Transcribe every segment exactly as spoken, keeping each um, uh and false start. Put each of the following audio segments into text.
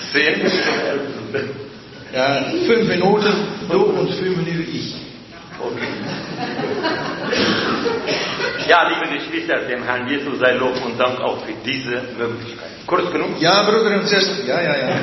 Zehn bis zum elf. Ja, fünf Minuten du und fünf Minuten ich. Okay. Ja, liebe Geschwister, dem Herrn Jesus sei Lob und Dank auch für diese Möglichkeit. Kurz genug? Ja, broeder en zuster. Ja, ja, ja.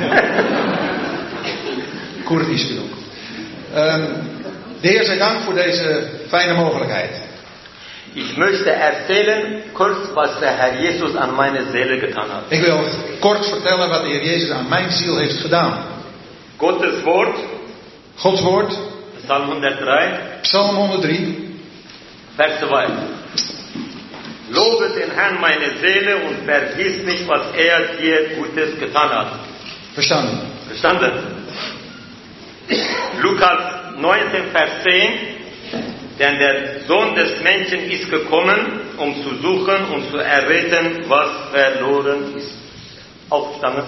Kort is genoeg. Um, de Heer zij dank voor deze fijne mogelijkheid. Ich möchte erzählen kurz, was der Herr Jesus an meine Seele getan hat. Ik wil kort vertellen wat de Heer Jezus aan mijn ziel heeft gedaan. Gottes Wort, Gods woord, Psalm hundertdrei, Psalm honderddrie, Vers zwei. Lobe den Herrn meine Seele und vergiss nicht, was er dir Gutes getan hat. Verstanden. Verstanden? Lukas neunzehn, Vers zehn. Denn der Sohn des Menschen ist gekommen, um zu suchen und zu erretten, was verloren ist. Aufgestanden?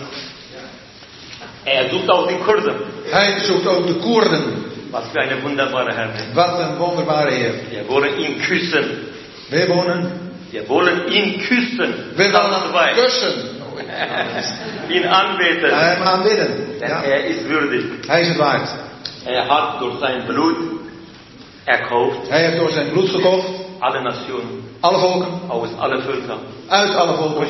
Er sucht auch die Kurden. Hij zoekt ook de Koerden. Was für eine wunderbare Herr. Wat een wonderbare Heer. Wir wollen ihn küssen. We wonen. Wir wollen ihn küssen. We willen kussen. Ihn anbeten. Hem aanbidden. Denn Ja. er ist würdig. Hij is het waard. Er hat durch sein Blut erkauft Hij heeft door zijn bloed gekocht. alle Nationen, Alle volken. aus alle Völker. Uit alle volken.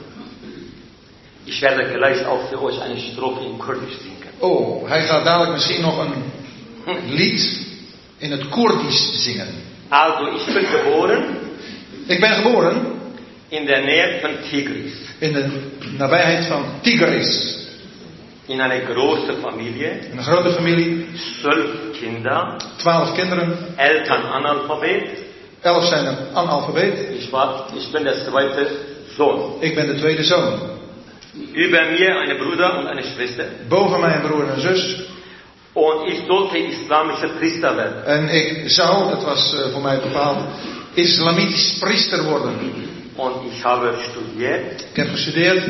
Ich werde gleich auch für euch eine Strophe in Kurdisch singen. Oh, hij gaat dadelijk misschien nog een lied in het Koerdisch zingen. Also, ich bin geboren Ik ben geboren in der Nähe von Tigris. in de nabijheid van Tigris. In einer großen Familie, Een grote familie. zwölf Kinder, Twaalf kinderen. Eltern Analphabet. Elf zijn er analfabeet. Ich, war, ich bin der zweite Sohn. Ik ben de tweede zoon. Über mir eine Bruder und eine Schwester. Boven mij een broer en een zus. Und ich sollte islamische Priester werden. En ik zou, dat was uh, voor mij bepaald, islamitisch priester worden. Und ich habe studiert. Ik heb gestudeerd.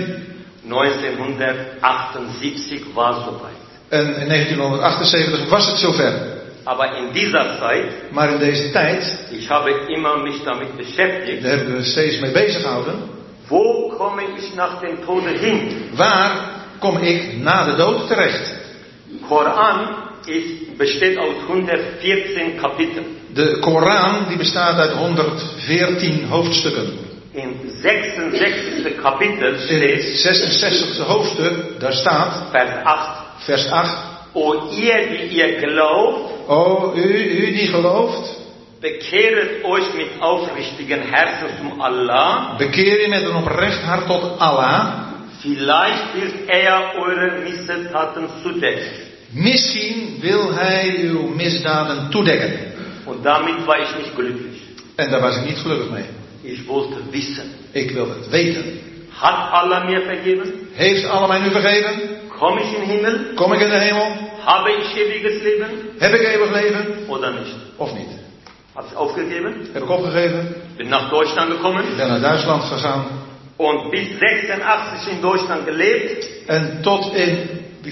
neunzehnhundertachtundsiebzig war soweit. En in negentienhonderdachtenzeventig was het zover. Aber in dieser Zeit, Maar in deze tijd, ich habe immer mich damit beschäftigt, daar hebben we steeds mee bezig gehouden. wo komme ich nach dem Tode hin? Waar kom ik na de dood terecht? Koran ist, besteht aus hundertvierzehn Kapiteln. De Koran die bestaat uit honderdveertien hoofdstukken. Im sechsundsechzigsten Kapitel In het steht, zesenzestigste hoofdstuk, daar staat, Vers acht, vers acht. O ihr, die ihr glaubt, O, u, u die gelooft, bekehret euch mit aufrichtigen Herzen zum Allah. bekeer je met een oprecht hart tot Allah. Vielleicht wird er eure Missetaten zudecken. Misschien wil hij uw misdaden toedekken. Und damit war ich nicht glücklich. En daar was ik niet gelukkig mee. Ich wollte wissen, Ik wil het weten. hat Allah mir vergeben? Heeft Allah mij nu vergeven? Komme ich in den Himmel? Kom ik in de hemel? Habe ich ewiges Leben? Heb ik eeuwig leven? Oder nicht? Of niet? Habe ich aufgegeben? Heb ik opgegeven? Bin nach Deutschland gekommen Ik ben naar Duitsland gegaan. und bis sechsundachtzig in Deutschland gelebt. En tot in...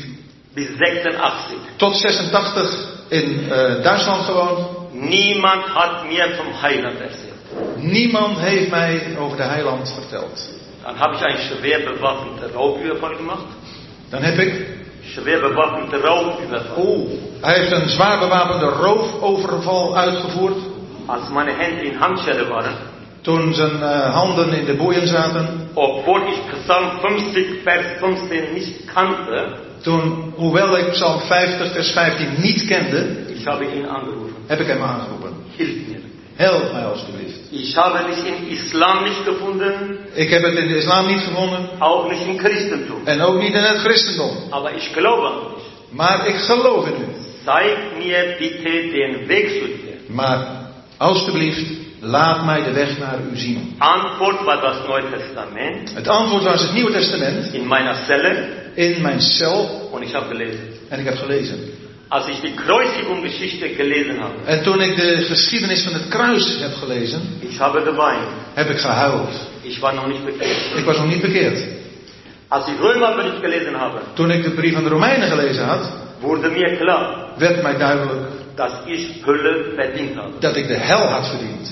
Bis sechsundachtzig. Tot zesentachtig in uh, Duitsland gewoond. Niemand hat mir vom Heiland erzählt. Niemand heeft mij over de heiland verteld. Dann habe ich einen schwer bewaffneten Raubüberfall gemacht. Dan heb ik... Schwer bewaffnete Raubüberfall. Oh, hij heeft een zwaar bewapende roofoverval uitgevoerd. Als meine Hände in Handschellen waren. Toen zijn uh, handen in de boeien zaten. Obwohl ich Psalm fünfzig, Vers fünfzehn nicht kannte. Toen, hoewel ik Psalm vijftig, vers vijftien niet kende, Ich habe ihn angerufen. heb ik hem aangeroepen. Hilf mir. Help mij alstublieft. Ich habe mich in Islam nicht gefunden, Ik heb het in de islam niet gevonden. auch nicht in Christentum. En ook niet in het christendom. Aber ich glaube an dich. Maar ik geloof in u. Zeig mir bitte den Weg zu dir. Maar alstublieft, laat mij de weg naar u zien. Antwort war das Neue Testament. Het antwoord was het Nieuwe Testament. In meiner Zelle. In mijn cel. Und ich habe gelesen. En ik heb gelezen. Als ich die Kreuzigung-Geschichte gelesen habe. En toen ik de geschiedenis van het kruis heb gelezen. Ich habe geweint. Heb ik gehuild. Ich war noch nicht bekehrt. Ik was nog niet bekeerd. Als ich Römerbericht gelesen habe. Toen ik de brief van de Romeinen gelezen had. Wurde mir klar. Werd mij duidelijk. dass ich Hölle verdient habe. Dat ik de hel had verdiend.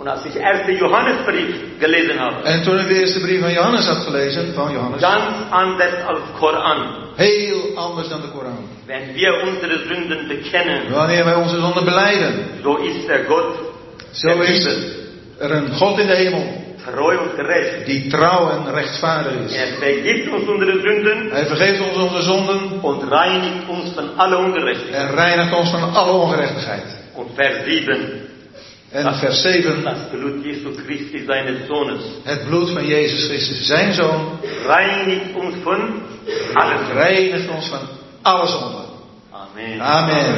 Und als ich ersten Johannesbrief gelesen habe, En toen ik de eerste brief van Johannes had gelezen, van Johannes, ganz anders als Koran. heel anders dan de Koran. Wenn wir unsere Sünden bekennen, Wanneer wij onze zonden belijden, so ist der Gott zo der is Bibel er een God in de hemel treu und gerecht. die trouw en rechtvaardig is. Er vergibt uns unsere Sünden Hij vergeeft ons onze zonden und reinigt uns von aller Ungerechtigkeit. en reinigt ons van alle ongerechtigheid. Und Vers sieben, En vers zeven, das Blut Jesu Christi, seines Sohnes, het bloed van Jezus Christus, zijn Zoon, reinigt uns von allem. reinigt ons van alle zonden. Amen. Amen.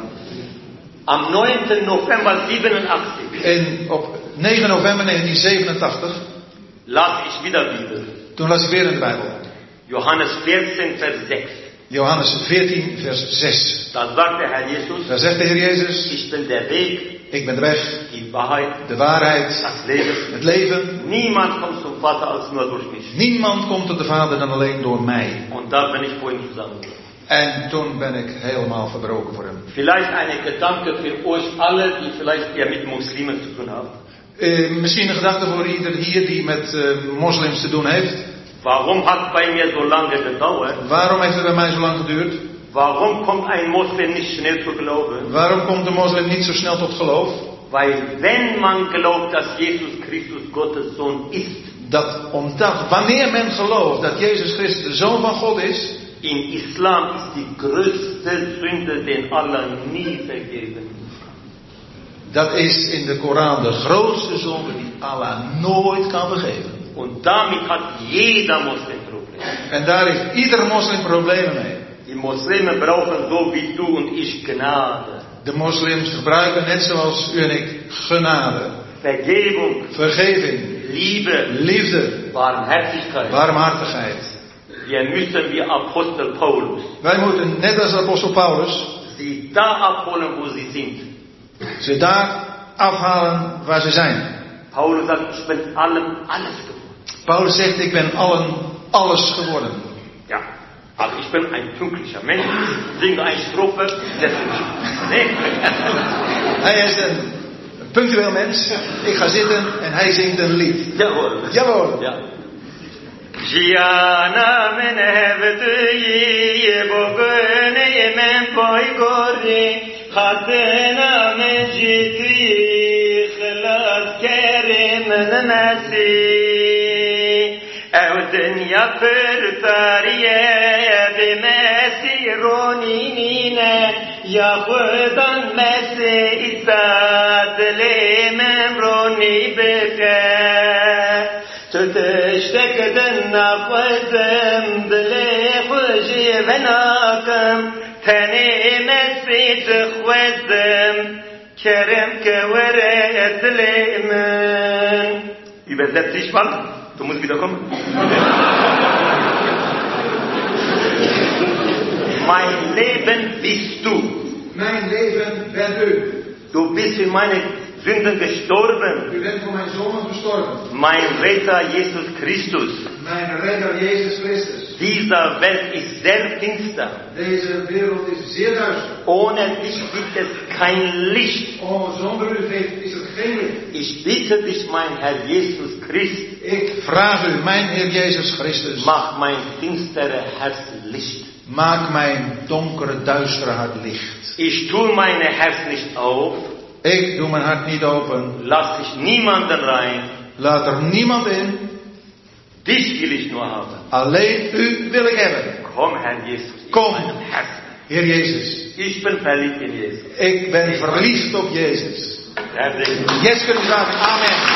Am neunten November siebenundachtzig En op negen november negentien zevenentachtig, las ich wieder Bibel. toen las ik weer in de Bijbel. Johannes vierzehn, Vers sechs. Johannes veertien, vers zes. Da sagt der Herr Jesus, Daar zegt de Heer Jezus, ich bin der Weg, ik ben de weg, die Wahrheit, de waarheid, das Leben. het leven. Niemand kommt zum Vater als nur durch mich. Niemand komt tot de Vader dan alleen door mij. Und da bin ich vorhin zusammengekommen. En toen ben ik helemaal verbroken voor hem. Vielleicht eine Gedanke für euch alle, die vielleicht eher mit Muslimen zu tun haben. Uh, misschien een gedachte voor ieder hier die met uh, moslims te doen heeft. Warum hat bei mir so lange gedauert? Waarom heeft het bij mij zo lang geduurd? Warum kommt ein Muslim nicht schnell zu glauben? Waarom komt de moslim niet zo snel tot geloof? Weil wenn man glaubt, dass Jesus Christus Gottes Sohn ist, Dat omdat wanneer men gelooft dat Jezus Christus de Zoon van God is, in Islam ist die größte Sünde, den Allah nie vergeben. dat is in de Koran de grootste zonde die Allah nooit kan vergeven. Und damit hat jeder Muslim Probleme. En daar heeft ieder moslim problemen mee. Die Muslime brauchen so wie du und ich Gnade, De moslims gebruiken net zoals u en ik genade, Vergebung, vergeving, Liebe, liefde, Barmherzigkeit. barmhartigheid. Wir müssen wie Apostel Paulus Wij moeten, net als de apostel Paulus, sie da abholen, wo sie sind. ze daar afhalen waar ze zijn. Paulus sagt, ich bin allem alles geworden. Paulus zegt, ik ben allen alles geworden. Ja, also ich bin ein pünktlicher Mensch, singe eine Strophe, das nee. Hij is een punctueel mens. Ik ga zitten en hij zingt een lied. Jawohl. Jawel. Ja. Jiana men hevde ye bogene men boy gori khatena men jiti khlas kerim nasi ev dünya pertariye de mesironine ya khudan mesi isat le memroni beke تشتكدن نفسم دلي خوشي بناكم تاني مسي تخوزم كرم كوريت ليمن Übersetzt dich mal, du musst wieder kommen. Mein Leben bist du. Mijn leven bent u. Du bist für meine Sünden gestorben. U bent voor mijn zonden gestorven. Mein Retter Jesus Christus. Mijn redder Jezus Christus. Dieser Welt ist sehr finster. Deze wereld is zeer duister. Ohne dich gibt es kein Licht. Oh, zonder u is er geen licht. Ich bitte dich, mein Herr Jesus Christ, Ik vraag u, mijn Heer Jezus Christus, mach mein finstere Herz Licht. maak mijn donkere, duistere hart licht. Ich tue mein Herz nicht auf, Ik doe mijn hart niet open. lass ich niemanden rein. Laat er niemand in. Dich will ich nur haben. Alleen u wil ik hebben. Komm, Herr Jesus, in Kom, meinem Herzen. Heer Jezus. Ich bin verliebt in Jesus. Ik ben verliefd op Jezus. Herr segne. Jetzt kunnen we zeggen amen.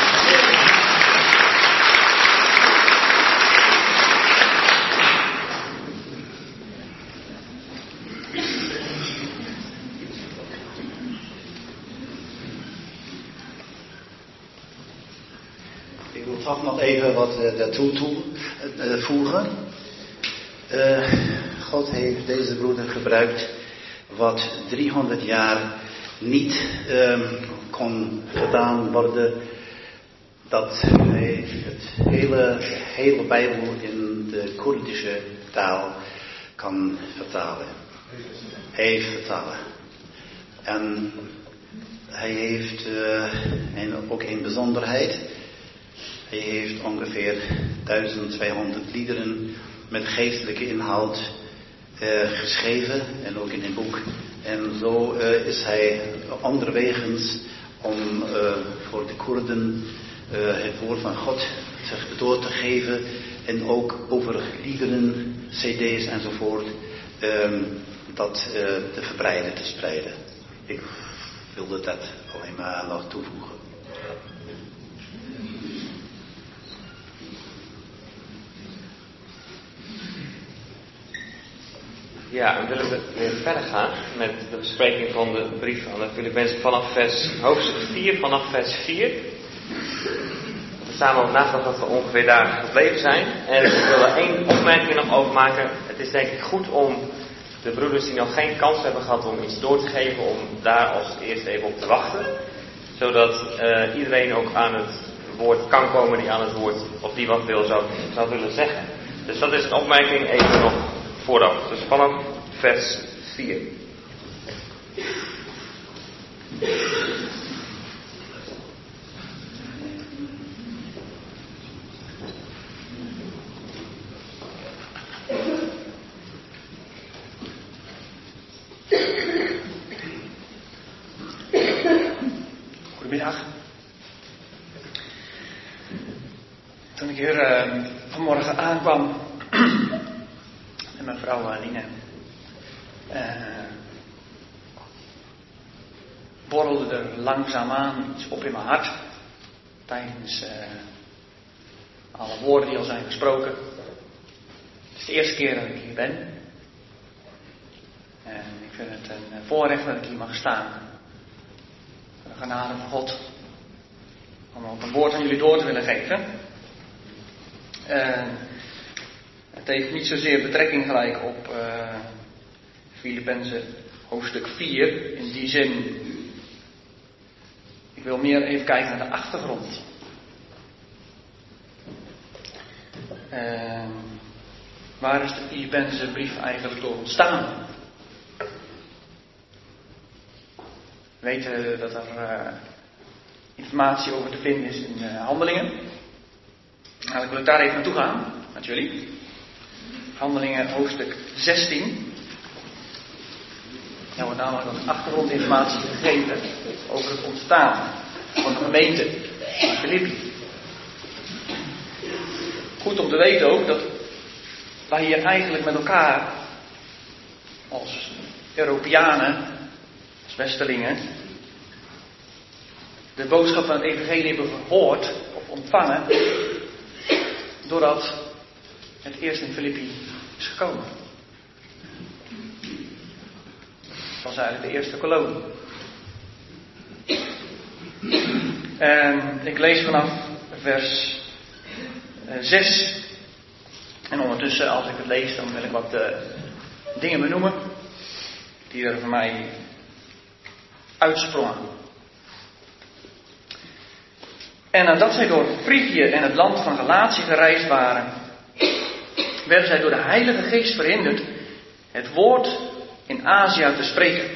Ik wil toch nog even wat uh, daartoe toe, uh, voegen. Uh, God heeft deze broeder gebruikt wat driehonderd jaar niet um, kon gedaan worden. Dat hij het hele, hele Bijbel in de Koerdische taal kan vertalen. Heeft vertalen. En hij heeft uh, een, ook een bijzonderheid. Hij heeft ongeveer duizend tweehonderd liederen met geestelijke inhoud uh, geschreven en ook in een boek. En zo uh, is hij onderwegens om uh, voor de Koerden uh, het woord van God door te geven en ook over liederen, cd's enzovoort um, dat uh, te verbreiden, te spreiden. Ik wilde dat alleen maar nog toevoegen. Ja, en willen we weer verder gaan met de bespreking van de brief aan de Filippenzen vanaf vers, hoofdstuk vier, vanaf vers vier. We samen over nagedacht dat we ongeveer daar gebleven zijn. En ik wil er één opmerking nog over maken. Het is denk ik goed om de broeders die nog geen kans hebben gehad om iets door te geven, om daar als eerst even op te wachten. Zodat uh, iedereen ook aan het woord kan komen die aan het woord, of die wat wil zou, zou willen zeggen. Dus dat is een opmerking even nog vooraf. Dus vanaf vers vier. Goedemiddag. Toen ik hier uh, vanmorgen aankwam en mijn vrouw Aline uh, borrelde er langzaamaan iets op in mijn hart tijdens uh, alle woorden die al zijn gesproken. Het is de eerste keer dat ik hier ben en ik vind het een voorrecht dat ik hier mag staan. De genade van God om ook een woord aan jullie door te willen geven. Uh, het heeft niet zozeer betrekking gelijk op uh, Filippenzen hoofdstuk vier. In die zin, ik wil meer even kijken naar de achtergrond. Uh, waar is de Filippenzen brief eigenlijk door ontstaan? We weten dat er uh, informatie over te vinden is in uh, Handelingen. Nou, ik wil daar even naartoe gaan, met jullie. Handelingen hoofdstuk zestien. Er wordt namelijk wat achtergrondinformatie gegeven over het ontstaan van de gemeente van Filippi. Goed om te weten ook dat wij hier eigenlijk met elkaar als Europeanen, als Westelingen, de boodschap van het evangelie hebben gehoord of ontvangen doordat het eerst in Filippi is gekomen. Dat was eigenlijk de eerste kolonie. En ik lees vanaf vers zes. En ondertussen, als ik het lees, dan wil ik wat uh, dingen benoemen die er voor mij uitsprongen. En nadat zij door Frigië en het land van Galatië gereisd waren, werden zij door de Heilige Geest verhinderd het woord in Azië te spreken.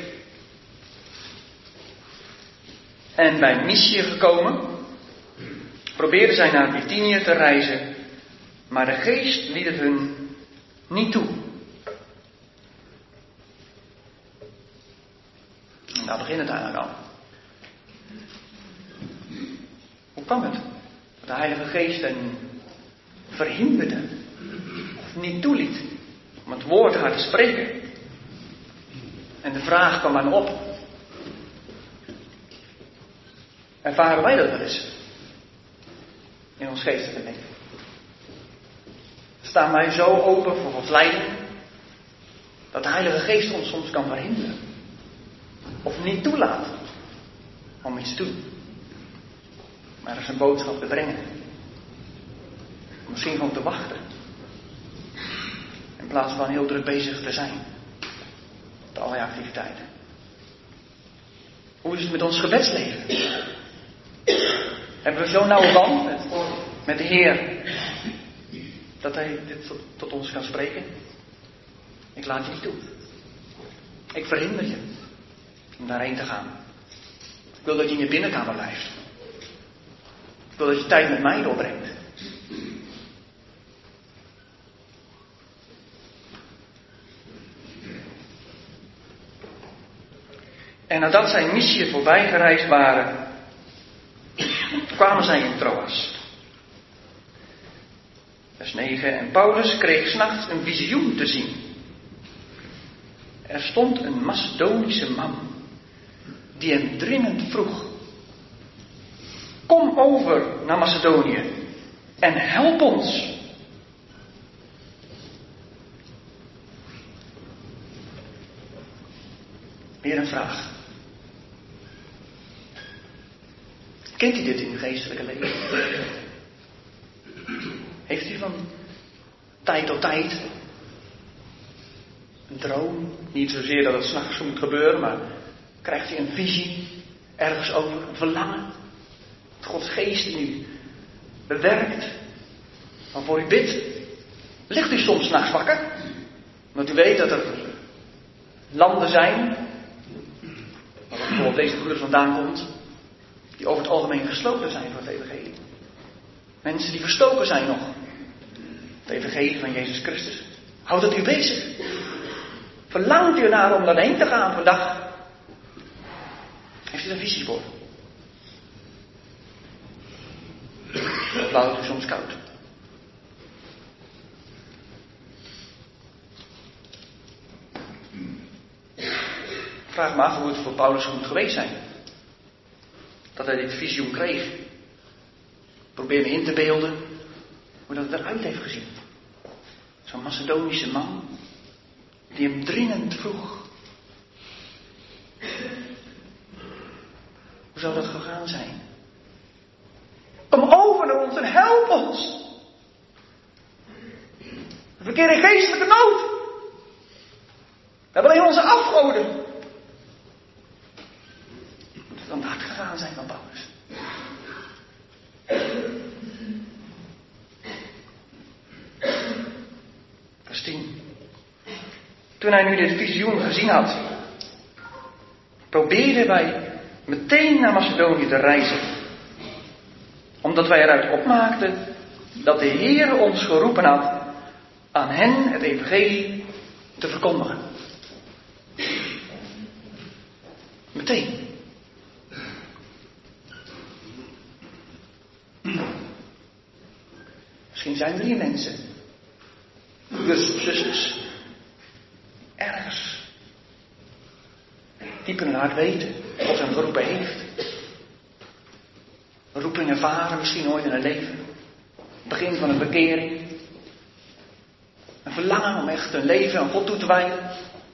En bij Mysië gekomen, probeerden zij naar Bithynië te reizen, maar de Geest liet het hun niet toe. En daar begint het eigenlijk al. Hoe kwam het? Dat de Heilige Geest hen verhinderde, of niet toeliet, om het woord haar te spreken. En de vraag kwam aan op. Ervaren wij dat wel eens? In ons geestelijke leven. Staan wij zo open voor Gods leiding, dat de Heilige Geest ons soms kan verhinderen. Of niet toelaten om iets te doen. Maar er is een boodschap te brengen. Misschien gewoon te wachten. In plaats van heel druk bezig te zijn. Met allerlei activiteiten. Hoe is het met ons gebedsleven? Hebben we zo'n nauwe band met, met de Heer, dat Hij dit tot, tot ons kan spreken? Ik laat je niet toe. Ik verhinder je om daarheen te gaan. Ik wil dat je in je binnenkamer blijft. Ik wil dat je tijd met mij doorbrengt. En nadat zijn missie voorbij gereisd waren, kwamen zij in Troas. Vers negen. En Paulus kreeg 's nachts een visioen te zien. Er stond een Macedonische man, die hem dringend vroeg: kom over naar Macedonië en help ons. Weer een vraag. Kent u dit in uw geestelijke leven? Heeft u van tijd tot tijd een droom? Niet zozeer dat het 's nachts moet gebeuren, maar krijgt u een visie ergens over, een verlangen? Dat Gods geest in u bewerkt, waarvoor u bidt. Ligt u soms 's nachts wakker? Want u weet dat er landen zijn, waar bijvoorbeeld deze broeder vandaan komt, die over het algemeen gesloten zijn voor het evangelie. Mensen die verstoken zijn nog. Het evangelie van Jezus Christus. Houdt het u bezig? Verlangt u ernaar om daarheen te gaan vandaag? Heeft u er visie voor? Of laat het u soms koud? Vraag me af hoe het voor Paulus moet geweest zijn. Dat hij dit visioen kreeg. Probeer me in te beelden hoe dat eruit heeft gezien. Zo'n Macedonische man die hem dringend vroeg. Hoe zou dat gegaan zijn? Kom over naar ons en help ons. We verkeren in geestelijke nood. We hebben alleen onze afgoden. Moet het dan hard gegaan zijn van Paulus? Vers tien. Toen hij nu dit visioen gezien had, probeerden wij meteen naar Macedonië te reizen. Omdat wij eruit opmaakten dat de Heer ons geroepen had aan hen het evangelie te verkondigen. Meteen. Misschien zijn er hier mensen, broeders, zusters, ergens, diep in hun hart weten wat hem geroepen heeft. Een roeping ervaren, misschien ooit in hun leven. Het begin van een bekering. Een verlangen om echt hun leven aan God toe te wijden.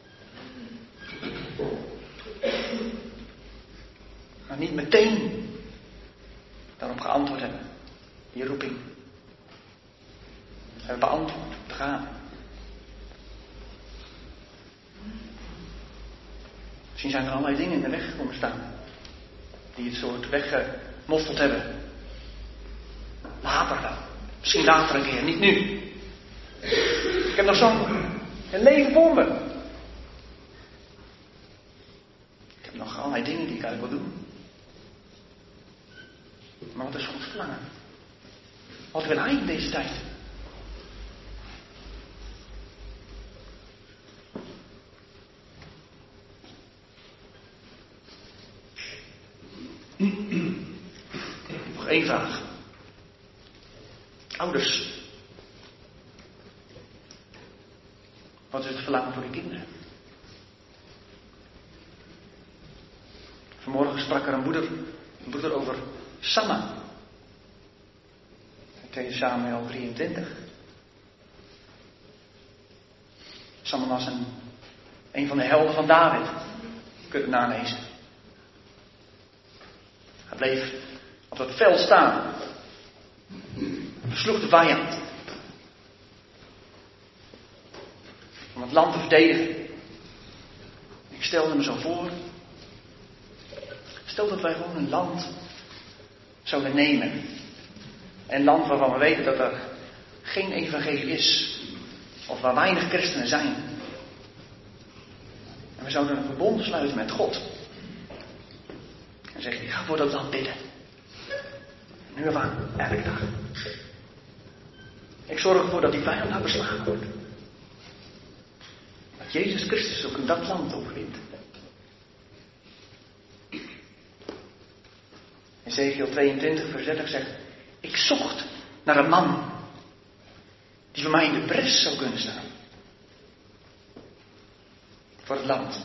Maar niet meteen daarop geantwoord hebben. Die roeping. Hebben beantwoord te gaan. Misschien zijn er allerlei dingen in de weg gekomen staan. Die het soort weggemoffeld hebben. Later dan. Misschien later een keer, niet nu. Ik heb nog zo'n een leven voor me. Ik heb nog allerlei dingen die ik eigenlijk wil doen. Maar wat is Gods verlangen? Wat wil Hij in deze tijd? Nog één vraag. Ouders. Wat is het verlangen voor de kinderen? Vanmorgen sprak er een broeder, een broeder over Samma. In tweede Samuel drieëntwintig. Samma was een, een van de helden van David. Je kunt het nalezen. Hij bleef op het veld staan. Versloeg de vijand. Om het land te verdedigen. Ik stelde me zo voor. Stel dat wij gewoon een land zouden nemen. Een land waarvan we weten dat er geen evangelie is. Of waar weinig christenen zijn. En we zouden een verbond sluiten met God. Dan zegt hij, ga voor dat land bidden. Nu af aan, elke dag. Ik zorg ervoor dat die vijand daar beslagen wordt. Dat Jezus Christus ook in dat land overwint. Ezekiel tweeëntwintig vers dertig zegt, ik zocht naar een man die voor mij in de bres zou kunnen staan. Voor het land.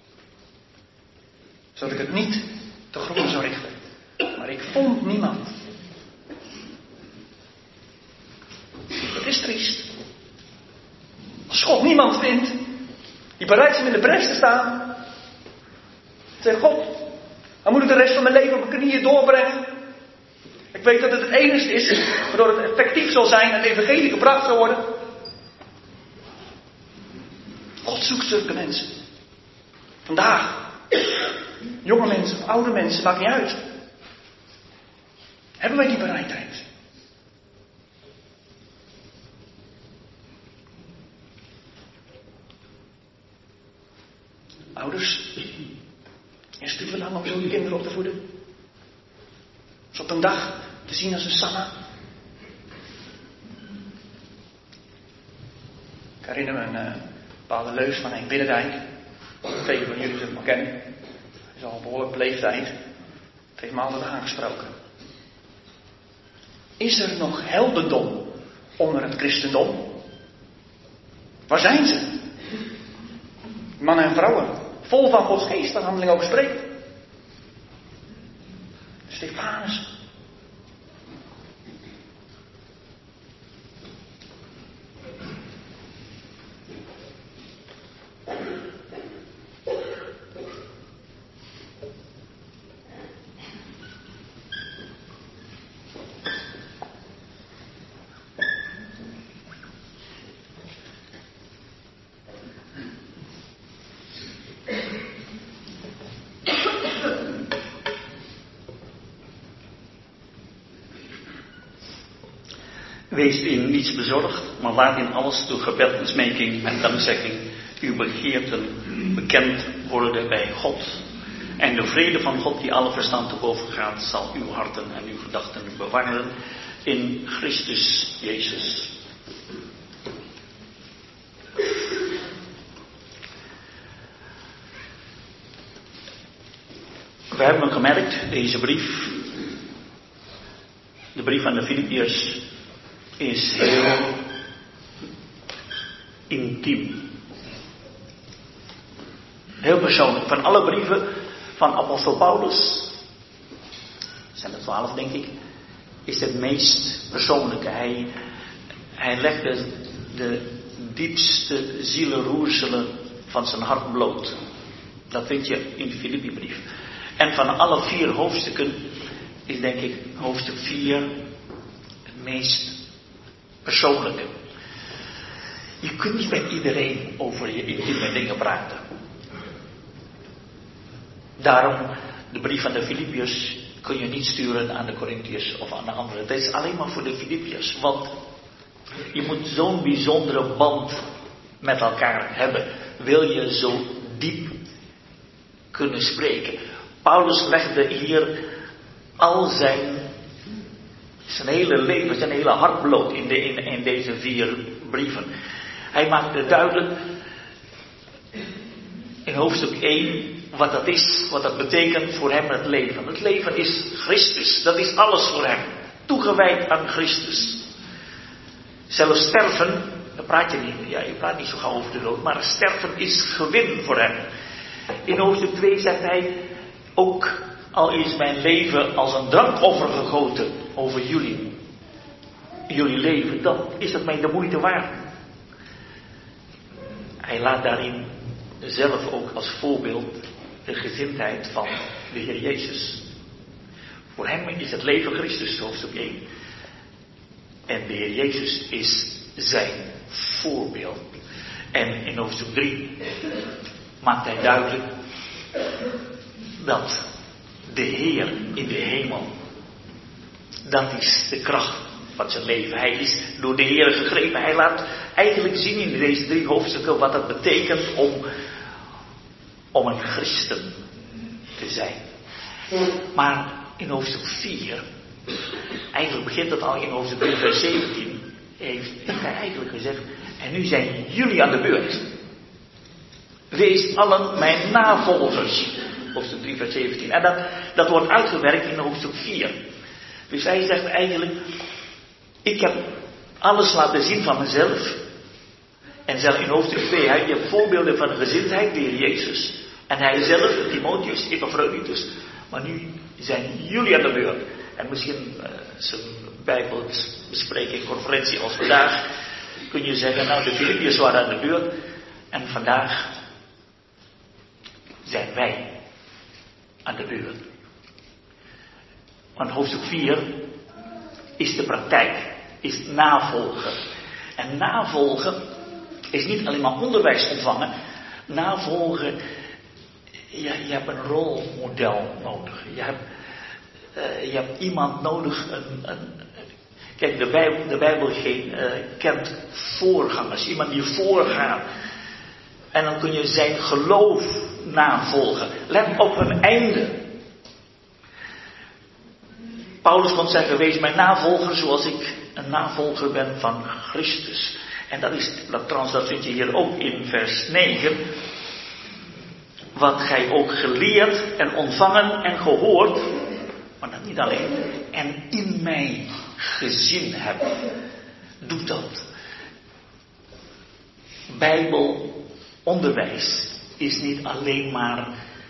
Zodat ik het niet te grond zou richten. Maar ik vond niemand. Dat is triest. Als God niemand vindt die bereid is om in de bres te staan. Zeg God, dan moet ik de rest van mijn leven op mijn knieën doorbrengen. Ik weet dat het het enige is waardoor het effectief zal zijn en het evangelie gebracht zal worden. God zoekt zulke mensen. Vandaag. Jonge mensen, oude mensen, maakt niet uit. Hebben wij die bereidheid? Ouders, is het u verlangen om zo uw kinderen op te voeden? Ze op een dag te zien als een Sanna. Ik herinner me een uh, bepaalde leus van Henk Binnendijk. Velen van jullie zullen het maar kennen. Hij is al een behoorlijke leeftijd. Het heeft me altijd aangesproken. Is er nog heldendom onder het christendom? Waar zijn ze? Mannen en vrouwen, vol van Gods geest, waar handeling over spreekt. Stefanus. Wees in niets bezorgd, maar laat in alles door gebed en smeking en dankzegging uw begeerten bekend worden bij God. En de vrede van God die alle verstand te boven gaat, zal uw harten en uw gedachten bewaren in Christus Jezus. We hebben gemerkt, deze brief, de brief aan de Filippiërs, is heel intiem. Heel persoonlijk. Van alle brieven van apostel Paulus, zijn er twaalf denk ik, is het meest persoonlijke. Hij, hij legde de diepste zielenroerselen van zijn hart bloot. Dat vind je in de Filippiënbrief. En van alle vier hoofdstukken is denk ik hoofdstuk vier het meest persoonlijke. Je kunt niet met iedereen over je intieme dingen praten. Daarom, de brief aan de Filippiërs kun je niet sturen aan de Corinthiërs of aan de anderen. Het is alleen maar voor de Filippiërs. Want je moet zo'n bijzondere band met elkaar hebben. Wil je zo diep kunnen spreken. Paulus legde hier al zijn Zijn hele leven, zijn hele hart bloot in, de, in, in deze vier brieven. Hij maakte duidelijk in hoofdstuk één wat dat is, wat dat betekent voor hem het leven. Het leven is Christus, dat is alles voor hem. Toegewijd aan Christus. Zelfs sterven, daar praat je niet, ja, je praat niet zo gauw over de dood, maar sterven is gewin voor hem. In hoofdstuk twee zegt hij ook, al is mijn leven als een drankoffer gegoten over jullie, jullie leven, dan is het mij de moeite waard. Hij laat daarin zelf ook als voorbeeld de gezindheid van de Heer Jezus. Voor hem is het leven Christus, hoofdstuk één. En de Heer Jezus is zijn voorbeeld. En in hoofdstuk drie maakt hij duidelijk dat de Heer in de hemel, dat is de kracht van zijn leven. Hij is door de Heer gegrepen. Hij laat eigenlijk zien in deze drie hoofdstukken wat het betekent om, om een christen te zijn. Maar in hoofdstuk vier, eigenlijk begint het al in hoofdstuk drie vers zeventien, heeft, heeft hij eigenlijk gezegd, en nu zijn jullie aan de beurt. Wees allen mijn navolgers. Hoofdstuk drie vers zeventien. En dat, dat wordt uitgewerkt in hoofdstuk vier. Dus hij zegt eigenlijk, ik heb alles laten zien van mezelf. En zelf in hoofdstuk twee, hij hebt voorbeelden van de gezindheid, de Heer Jezus. En hij zelf, Timotheus, Epaphroditus. Maar nu zijn jullie aan de beurt. En misschien uh, zijn bijbelspreking, conferentie als vandaag, kun je zeggen, nou de Filippiërs waren aan de beurt. En vandaag zijn wij aan de beurt. Want hoofdstuk vier is de praktijk, is navolgen. En navolgen is niet alleen maar onderwijs ontvangen. Navolgen, ja, je hebt een rolmodel nodig. Je hebt, uh, je hebt iemand nodig. Een, een, kijk, de Bijbel, de Bijbel geen, uh, kent voorgangers. Iemand die voorgaat. En dan kun je zijn geloof navolgen. Let op hun einde. Paulus kon zeggen, wees mijn navolger zoals ik een navolger ben van Christus. En dat is, dat trouwens, dat vind je hier ook in vers negen. Wat gij ook geleerd en ontvangen en gehoord, maar dat niet alleen, en in mij gezien hebt. Doe dat. Bijbelonderwijs is niet alleen maar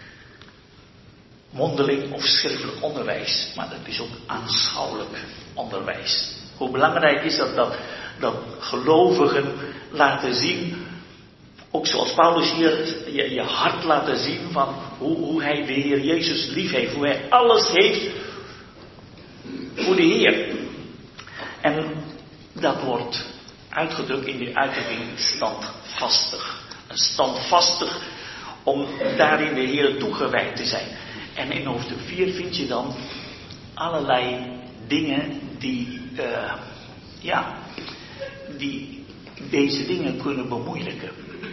mondeling of schriftelijk onderwijs, maar dat is ook aanschouwelijk onderwijs. Hoe belangrijk is dat, dat, dat gelovigen laten zien, ook zoals Paulus hier, je, je hart laten zien van hoe, hoe hij de Heer Jezus lief heeft, hoe hij alles heeft voor de Heer. En dat wordt uitgedrukt in die uitdrukking standvastig. Een standvastig om daarin de Heer toegewijd te zijn. En in hoofdstuk vier vind je dan allerlei dingen die, uh, ja, die deze dingen kunnen bemoeilijken.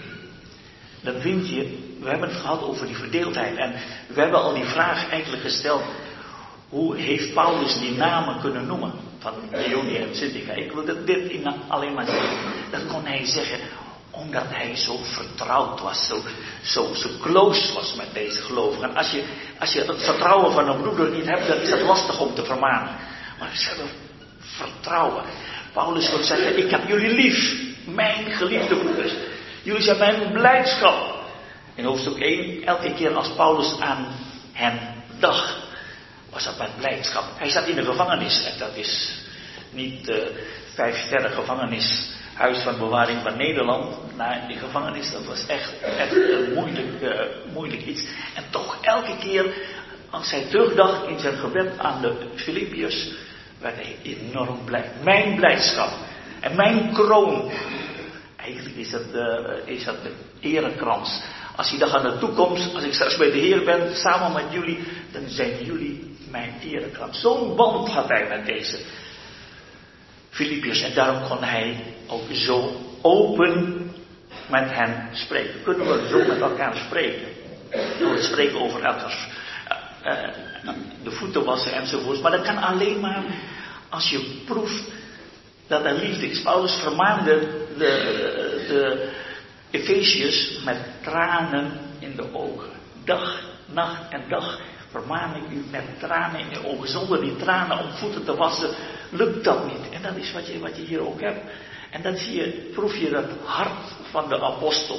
Dan vind je, we hebben het gehad over die verdeeldheid. En we hebben al die vraag eigenlijk gesteld, hoe heeft Paulus die namen kunnen noemen? Van Leonie en Syntyche. Ik wil dat dit in alleen maar zeggen. Dat kon hij zeggen omdat hij zo vertrouwd was, zo, zo, zo close was met deze gelovigen. En als je, als je het vertrouwen van een broeder niet hebt, dan is het lastig om te vermanen. Maar ze hebben vertrouwen. Paulus wil zeggen, ik heb jullie lief, mijn geliefde broeders. Jullie zijn mijn blijdschap. In hoofdstuk één, elke keer als Paulus aan hen dacht, was dat met blijdschap. Hij zat in de gevangenis en dat is niet de vijf sterren gevangenis. Huis van bewaring van Nederland, naar die gevangenis, dat was echt, echt een moeilijk, uh, moeilijk iets. En toch elke keer, als hij terugdacht in zijn gebed aan de Filippiërs, werd hij enorm blij. Mijn blijdschap en mijn kroon. Eigenlijk is dat de, is dat de erekrans. Als je dacht aan de toekomst, als ik straks bij de Heer ben, samen met jullie, dan zijn jullie mijn erekrans. Zo'n band had hij met deze Filippiërs. En daarom kon hij ook zo open met hen spreken. Kunnen we zo met elkaar spreken? Door te spreken over elkaars uh, uh, de voeten wassen enzovoorts. Maar dat kan alleen maar als je proeft dat er liefde is. Paulus vermaande de, de Efeziërs met tranen in de ogen. Dag, nacht en dag vermaan ik u met tranen in de ogen. Zonder die tranen om voeten te wassen, lukt dat niet. En dat is wat je, wat je hier ook hebt. En dan zie je, proef je dat hart van de apostel.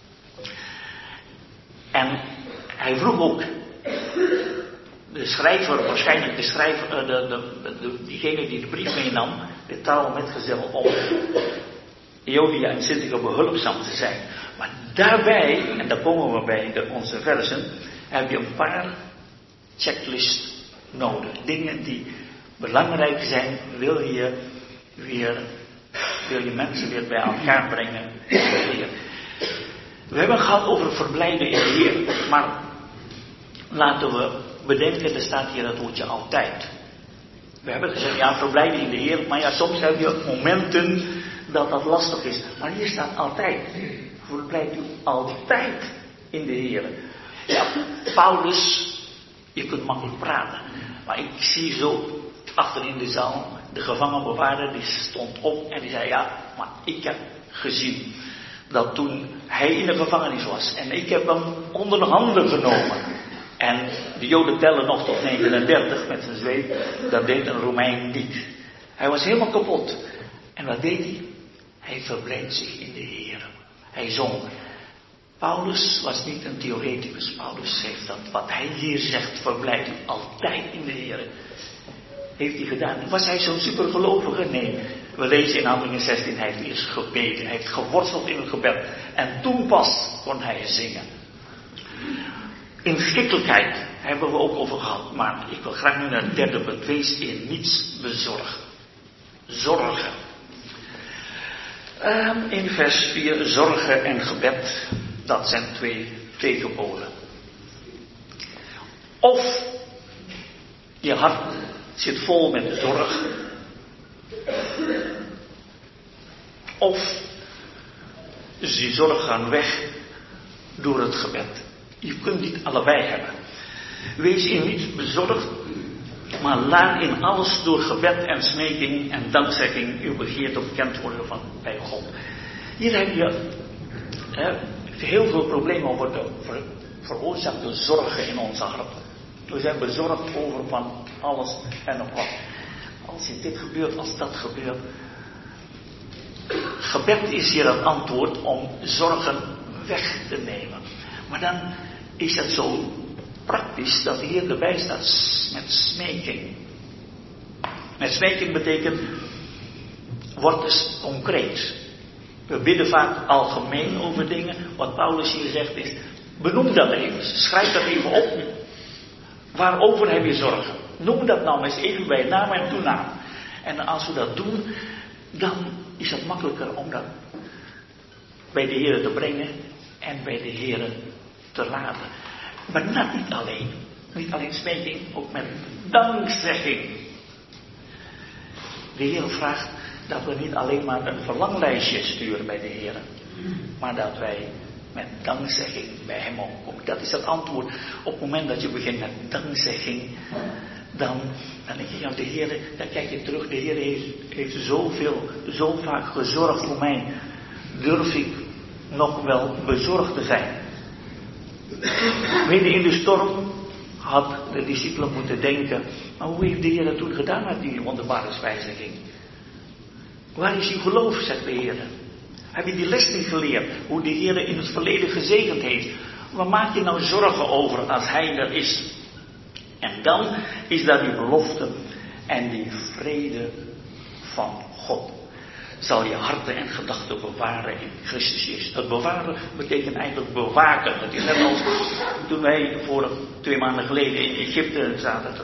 En hij vroeg ook de schrijver, waarschijnlijk de schrijver, de, de, de, diegene die de brief meenam, de trouwe metgezel, om Euodia en Syntyche behulpzaam te zijn. Maar daarbij, en daar komen we bij de, onze versen, heb je een paar checklists nodig. Dingen die belangrijk zijn, wil je weer, wil je mensen weer bij elkaar brengen in de Heer. We hebben het gehad over verblijden in de Heer, maar laten we bedenken, er staat hier het woordje altijd. We hebben gezegd, ja, verblijden in de Heer, maar ja, soms heb je momenten dat dat lastig is. Maar hier staat altijd. Verblijft u altijd in de Heer. Ja, Paulus Je kunt makkelijk praten. Maar ik zie zo achter in de zaal, de gevangenbewaarder die stond op en die zei, ja, maar ik heb gezien dat toen hij in de gevangenis was en ik heb hem onder de handen genomen. En de Joden tellen nog tot negenendertig met zijn zweep, dat deed een Romein niet. Hij was helemaal kapot. En wat deed hij? Hij verblijdt zich in de Heer. Hij zong. Paulus was niet een theoreticus. Paulus heeft dat, wat hij hier zegt, verblijdt u altijd in de Heer. Heeft hij gedaan. Was hij zo'n supergelovige? Nee. We lezen in Handelingen zestien, hij heeft eerst gebeden. Hij heeft geworsteld in het gebed. En toen pas kon hij zingen. Inschikkelijkheid hebben we ook over gehad. Maar ik wil graag nu naar het derde punt. Wees in niets bezorgd. Zorgen. Um, in vers vier, zorgen en gebed. Dat zijn twee tegenpolen. Of je hart zit vol met zorg. Of is die zorg gaan weg door het gebed. Je kunt niet allebei hebben. Wees in niets bezorgd, maar laat in alles door gebed en smeking en dankzegging uw begeerte bekend worden van bij God. Hier heb je hè, heel veel problemen over de ver, veroorzaakte zorgen in onze harten. We zijn bezorgd over van alles en nog wat. Als je dit gebeurt, als dat gebeurt. Gebed is hier het antwoord om zorgen weg te nemen. Maar dan is het zo praktisch dat hier erbij staat met smeking. Met smeking betekent, wordt dus concreet. We bidden vaak algemeen over dingen. Wat Paulus hier zegt is, benoem dat even. Schrijf dat even op. Waarover heb je zorgen? Noem dat nou eens even bij naam en toenaam. En als we dat doen, dan is het makkelijker om dat bij de Heer te brengen en bij de Heer te laten. Maar dat niet alleen. Niet alleen smeking, ook met dankzegging. De Heer vraagt dat we niet alleen maar een verlanglijstje sturen bij de Heer, maar dat wij met dankzegging bij Hem opkomen. Dat is het antwoord. Op het moment dat je begint met dankzegging, dan, dan denk je, ja, de Heer, dan kijk je terug, de Heer heeft, heeft zoveel, zo vaak gezorgd voor mij. Durf ik nog wel bezorgd te zijn? Midden in de storm had de discipelen moeten denken, maar hoe heeft de Heer dat toen gedaan met die wonderbaarheidswijziging? Waar is uw geloof, zegt de Heer. Heb je die les niet geleerd? Hoe de Heer in het verleden gezegend heeft. Waar maak je nou zorgen over als Hij er is? En dan is daar die belofte en die vrede van God. Zal je harten en gedachten bewaren in Christus Jezus. Dat bewaren betekent eigenlijk bewaken. Het is net als toen wij voor twee maanden geleden in Egypte zaten.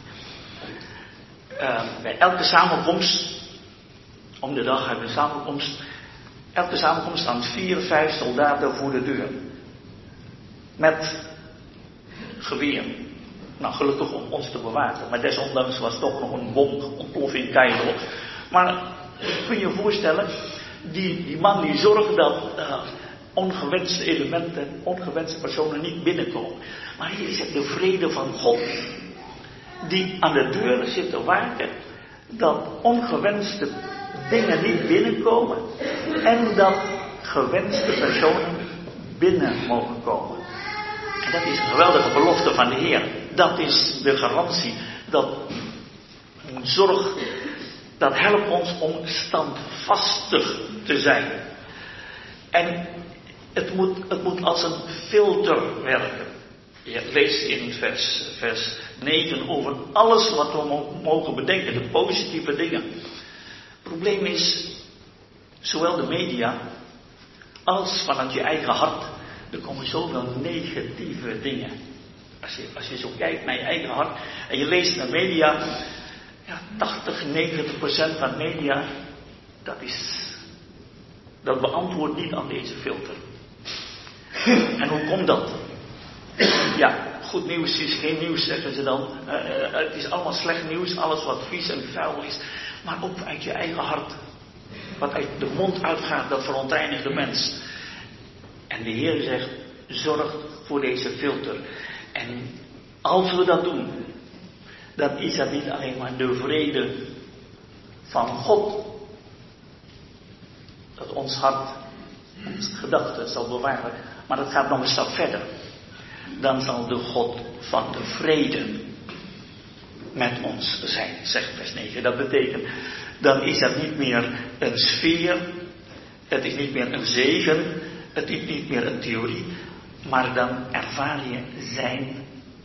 Uh, bij elke samenkomst, om de dag hebben we een samenkomst. Elke samenkomst staan vier, vijf soldaten voor de deur. Met geweer. Nou, gelukkig om ons te bewaken. Maar desondanks was toch nog een bom ontploft in Cairo. Maar kun je je voorstellen, die, die man die zorgt dat uh, ongewenste elementen, ongewenste personen niet binnenkomen. Maar hier is het de vrede van God. Die aan de deur zit te waken dat ongewenste dingen niet binnenkomen. En dat gewenste personen binnen mogen komen. En dat is een geweldige belofte van de Heer. Dat is de garantie. Dat zorg, dat helpt ons om standvastig te zijn. En het moet, het moet als een filter werken. Je leest in vers, vers negen over alles wat we mogen bedenken. De positieve dingen. Het probleem is, zowel de media als vanuit je eigen hart. Er komen zoveel negatieve dingen. Als je, als je zo kijkt naar je eigen hart en je leest naar media, ja, tachtig, negentig procent van media, dat is, dat beantwoordt niet aan deze filter. En hoe komt dat? Ja, goed nieuws is geen nieuws, zeggen ze dan. Uh, het is allemaal slecht nieuws, alles wat vies en vuil is. Maar ook uit je eigen hart. Wat uit de mond uitgaat, dat verontreinigt de mens. En de Heer zegt, zorg voor deze filter. En Als we dat doen, dan is dat niet alleen maar de vrede van God, dat ons hart, onze gedachten zal bewaren, maar dat gaat nog een stap verder. Dan zal de God van de vrede met ons zijn, zegt vers negen. Dat betekent, dan is dat niet meer een sfeer, het is niet meer een zegen, het is niet meer een theorie, maar dan ervaar je zijn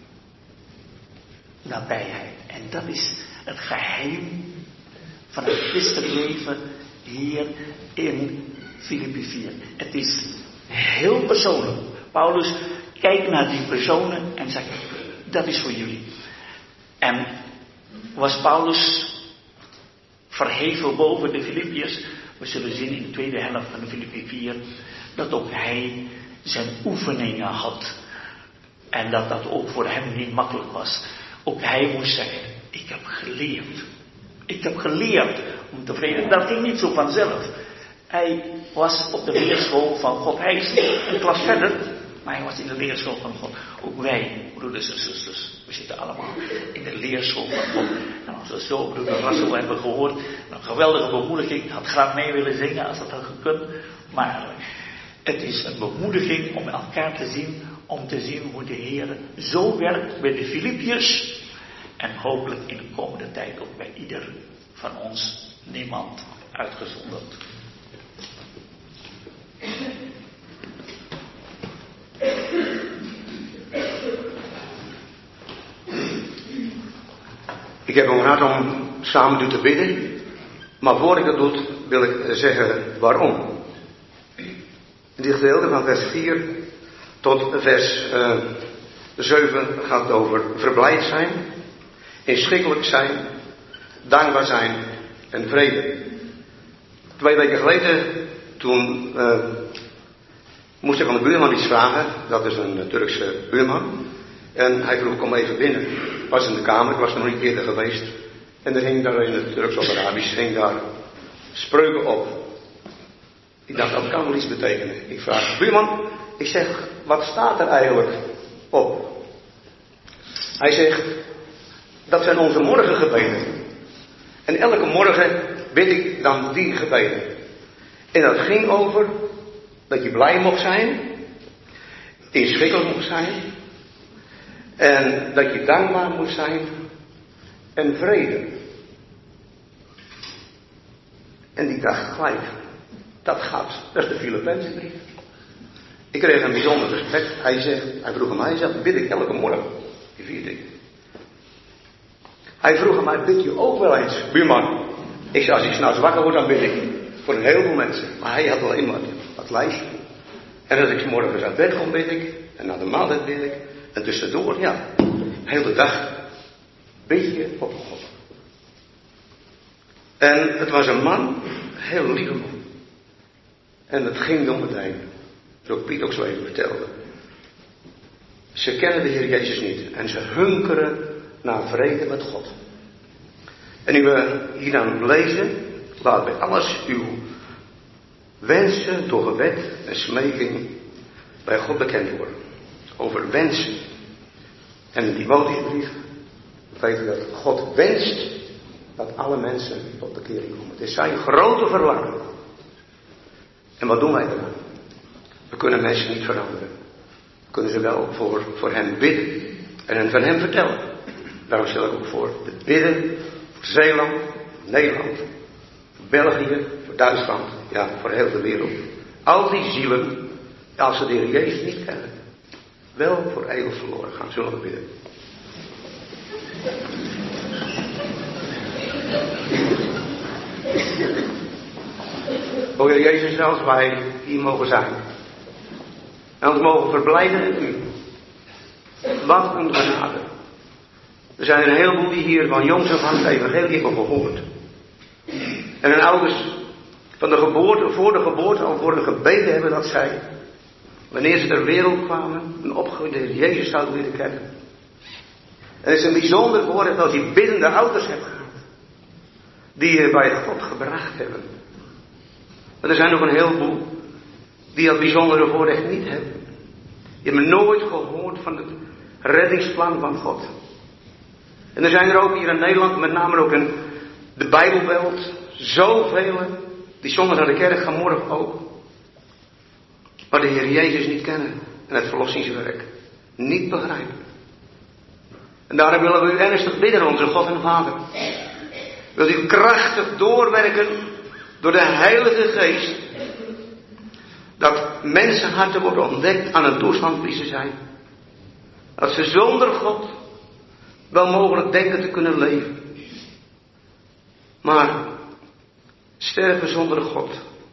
nabijheid. En dat is het geheim van het christelijk leven hier in Filippi vier. Het is heel persoonlijk. Paulus kijkt naar die personen en zegt, dat is voor jullie. En was Paulus verheven boven de Filippiërs? We zullen zien in de tweede helft van de Filippi vier dat ook hij zijn oefeningen had. En dat dat ook voor hem niet makkelijk was. Ook hij moest zeggen, ik heb geleerd. Ik heb geleerd om tevreden. Dat ging niet zo vanzelf. Hij was op de leerschool van God. Hij is een klas verder, maar hij was in de leerschool van God. Ook wij, broeders en zusters, we zitten allemaal in de leerschool van God. En als we zo broeder Rassel hebben gehoord, een geweldige bemoediging. Ik had graag mee willen zingen als dat had gekund. Maar het is een bemoediging om elkaar te zien, om te zien hoe de Heer zo werkt bij de Filippiërs. En hopelijk in de komende tijd ook bij ieder van ons, niemand uitgezonderd. Ik heb een hart om samen te bidden, maar voor ik dat doe, wil ik zeggen waarom. In dit gedeelte van vers vier tot vers uh, zeven gaat het over verblijd zijn, inschikkelijk zijn, dankbaar zijn en vrede. Twee weken geleden, toen uh, moest ik aan de buurman iets vragen. Dat is een Turkse buurman. En hij vroeg, kom even binnen. Ik was in de kamer, ik was er nog niet eerder geweest. En er hing daar in het Turks of Arabisch, hing daar spreuken op. Ik dacht, dat kan wel iets betekenen. Ik vraag, buurman, ik zeg, wat staat er eigenlijk op? Hij zegt, dat zijn onze morgengebeden. En elke morgen bid ik dan die gebeden. En dat ging over dat je blij mocht zijn, inschikkelijk mocht zijn, en dat je dankbaar moet zijn en vrede. En ik dacht gelijk, dat gaat, dat is de Filippenzen brief. Ik kreeg een bijzonder gesprek. Hij zegt, hij vroeg aan mij, hij zegt, bid ik elke morgen. Die vier dingen. Hij vroeg aan mij, bid je ook wel eens, buurman? Ik zei, als ik 's nachts wakker word, dan bid ik. Voor een heleboel mensen. Maar hij had alleen maar dat lijstje. En als ik 's morgens uit bed kom, bid ik. En na de maaltijd bid ik. En tussendoor, ja, de hele dag bid je op God. En het was een man, een heel lieve man. En het ging door meteen. Zoals Piet ook zo even vertelde. Ze kennen de Heer Jezus niet. En ze hunkeren naar vrede met God. En nu we hier dan lezen, laat bij alles uw wensen door gebed en smeking bij God bekend worden. Over wensen. En in die Timotheusbrief weten we dat God wenst dat alle mensen tot bekering komen. Het is zijn grote verlangen. En wat doen wij dan? We kunnen mensen niet veranderen. We kunnen ze wel voor, voor hen bidden. En hen van hem vertellen. Daarom stel ik ook voor het bidden voor Zeeland, voor Nederland, voor België, voor Duitsland, ja, voor heel de wereld. Al die zielen, als ze de Heer Jezus niet kennen, wel voor eeuwig verloren gaan. Zullen we bidden. O Heer Jezus, als wij hier mogen zijn. En ons mogen verblijden in u. Wat een genade. Er zijn een heleboel die hier van jongs af aan het evangelie hebben gehoord. En hun ouders van de geboorte, voor de geboorte al voor hun gebeden hebben dat zij, wanneer ze ter wereld kwamen, een opgegroeide Jezus zouden leren kennen. En het is een bijzonder voorrecht als je biddende ouders hebt gehad. Die je bij God gebracht hebben. Maar er zijn nog een heleboel die dat bijzondere voorrecht niet hebben. Die hebben nooit gehoord van het reddingsplan van God. En er zijn er ook hier in Nederland, met name ook in de Bijbelbelt, zoveel die zondag naar de kerk gaan, morgen ook, maar de Heer Jezus niet kennen en het verlossingswerk niet begrijpen. En daarom willen we u ernstig bidden, onze God en Vader. Wilt u krachtig doorwerken door de Heilige Geest, dat mensenharten worden ontdekt aan een toestand wie ze zijn. Dat ze zonder God wel mogelijk denken te kunnen leven. Maar sterven zonder God,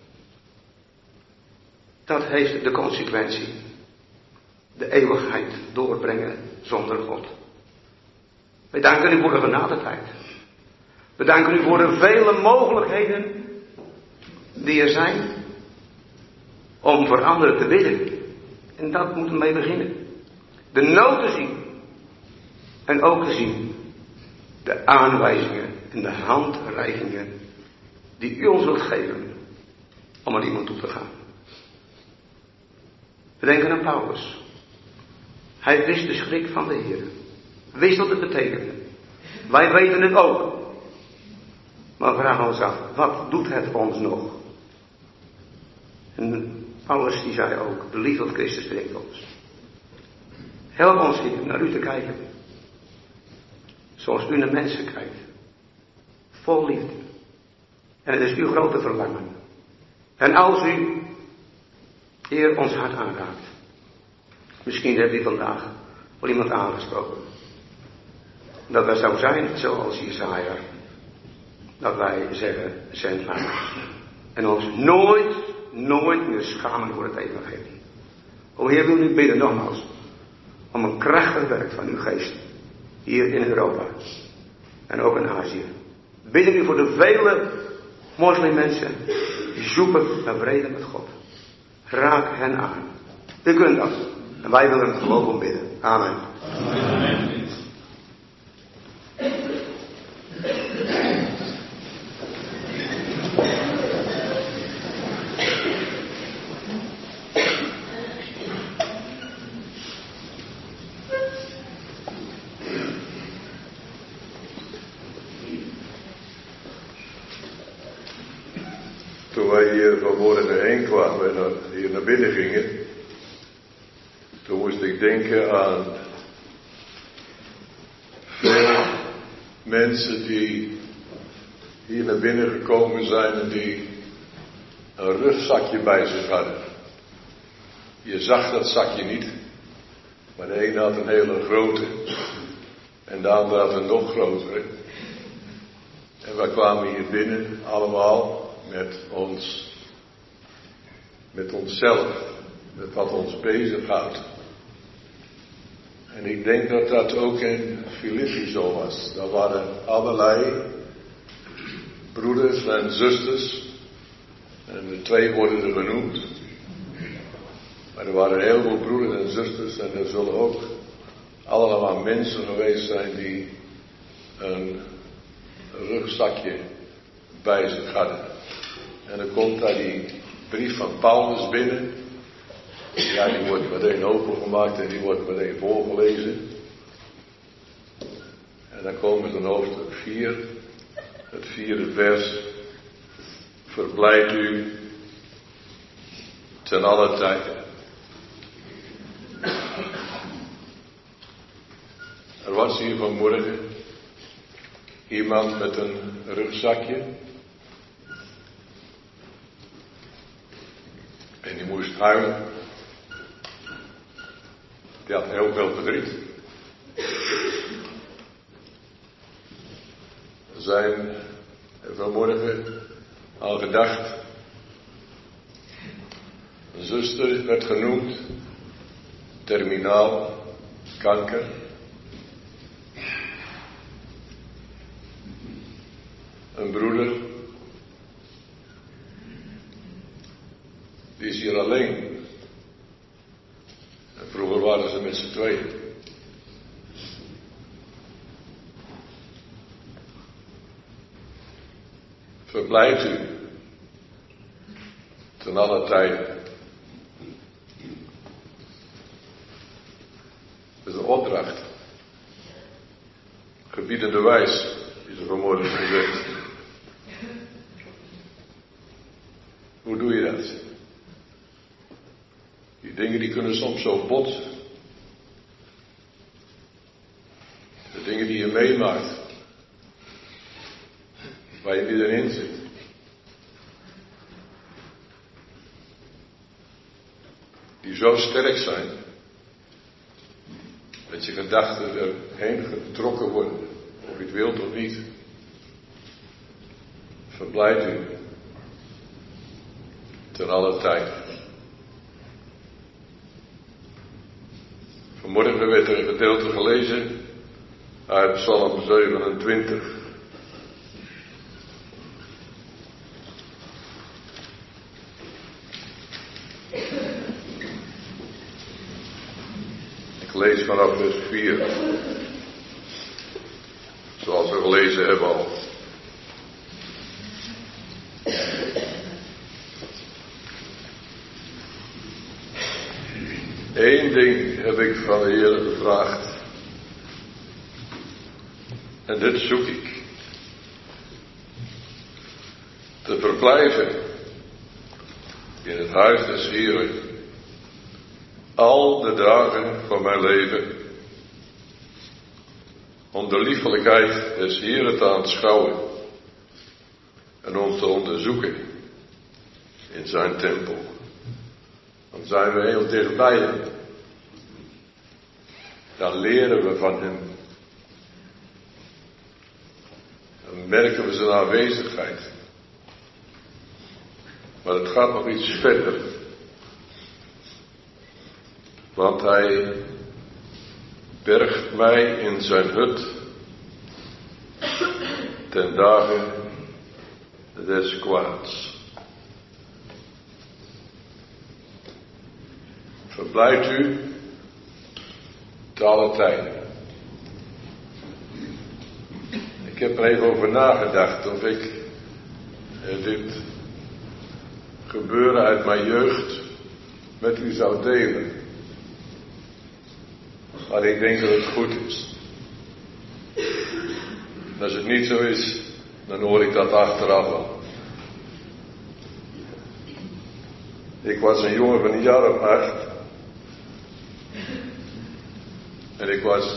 dat heeft de consequentie. De eeuwigheid doorbrengen zonder God. Wij danken u voor de genadetijd. We danken u voor de vele mogelijkheden die er zijn om voor anderen te bidden. En dat moeten we mee beginnen. De nood te zien. En ook te zien de aanwijzingen en de handreikingen die u ons wilt geven om naar iemand toe te gaan. We denken aan Paulus. Hij wist de schrik van de Heer. Wist wat het betekende. Wij weten het ook. Maar we vragen ons af, wat doet het ons nog? En Paulus die zei ook, de liefde van Christus dringt ons. Help ons, Heer, naar u te kijken. Zoals u naar mensen kijkt. Vol liefde. En het is uw grote verlangen. En als u, Heer, ons hart aanraakt. Misschien hebt u vandaag wel iemand aangesproken. Dat wij zou zijn zoals Jesaja. Dat wij zeggen, zend mij. En ons nooit, nooit meer schamen voor het evangelie. O Heer, wil u bidden nogmaals. Om een krachtig werk van uw geest. Hier in Europa. En ook in Azië. Bidden u voor de vele moslimmensen. Die zoeken naar vrede met God. Raak hen aan. U kunt dat. En wij willen het geloof om bidden. Amen. Amen. Toen wij hier vanmorgen heen kwamen en hier naar binnen gingen, toen moest ik denken aan veel mensen die hier naar binnen gekomen zijn en die een rugzakje bij zich hadden. Je zag dat zakje niet, maar de ene had een hele grote en de andere had een nog grotere. En wij kwamen hier binnen allemaal met ons, met onszelf, met wat ons bezighoudt. En ik denk dat dat ook in Filippi zo was. Daar waren allerlei broeders en zusters. En de twee worden er genoemd. Maar er waren heel veel broeders en zusters. En er zullen ook allemaal mensen geweest zijn die een rugzakje bij zich hadden. En dan komt daar die brief van Paulus binnen. Ja, die wordt meteen opengemaakt en die wordt meteen voorgelezen. En dan komen we in hoofdstuk vier, het vierde vers. Verblijd u ten alle tijden. Er was hier vanmorgen iemand met een rugzakje. En die moest huilen. Die had heel veel verdriet. Er zijn vanmorgen al gedacht. Een zuster werd genoemd. Terminaal. Kanker. Een broeder. Die is hier alleen. En vroeger waren ze met z'n tweeën. Verblijd u. Ten alle tijden. Dat is een opdracht. gebiedende wijs, is er vanmorgen gezegd. Hoe doe je dat? Die dingen die kunnen soms zo botsen. De dingen die je meemaakt. Waar je middenin zit. Die zo sterk zijn. Dat je gedachten erheen getrokken worden. Of je het wilt of niet. Verblijd u. Ten alle tijd. Vanmorgen werd er een gedeelte gelezen uit Psalm zevenentwintig. Ik lees vanaf vers vier. Zoals we gelezen hebben al. Eén ding heb ik van de Heer gevraagd. En dit zoek ik. Te verblijven in het huis des Heeren. Al de dagen van mijn leven. Om de liefelijkheid des Heeren te aanschouwen. En om te onderzoeken in zijn tempel. Dan zijn we heel dichtbij hem. Dan leren we van hem. Dan merken we zijn aanwezigheid. Maar het gaat nog iets verder. Want hij bergt mij in zijn hut ten dagen des kwaads. Verblijft u te alle tijden. Ik heb er even over nagedacht of ik eh, dit gebeuren uit mijn jeugd met u zou delen. Maar ik denk dat het goed is. En als het niet zo is, dan hoor ik dat achteraf al. Ik was een jongen van een jaar of acht. En ik was,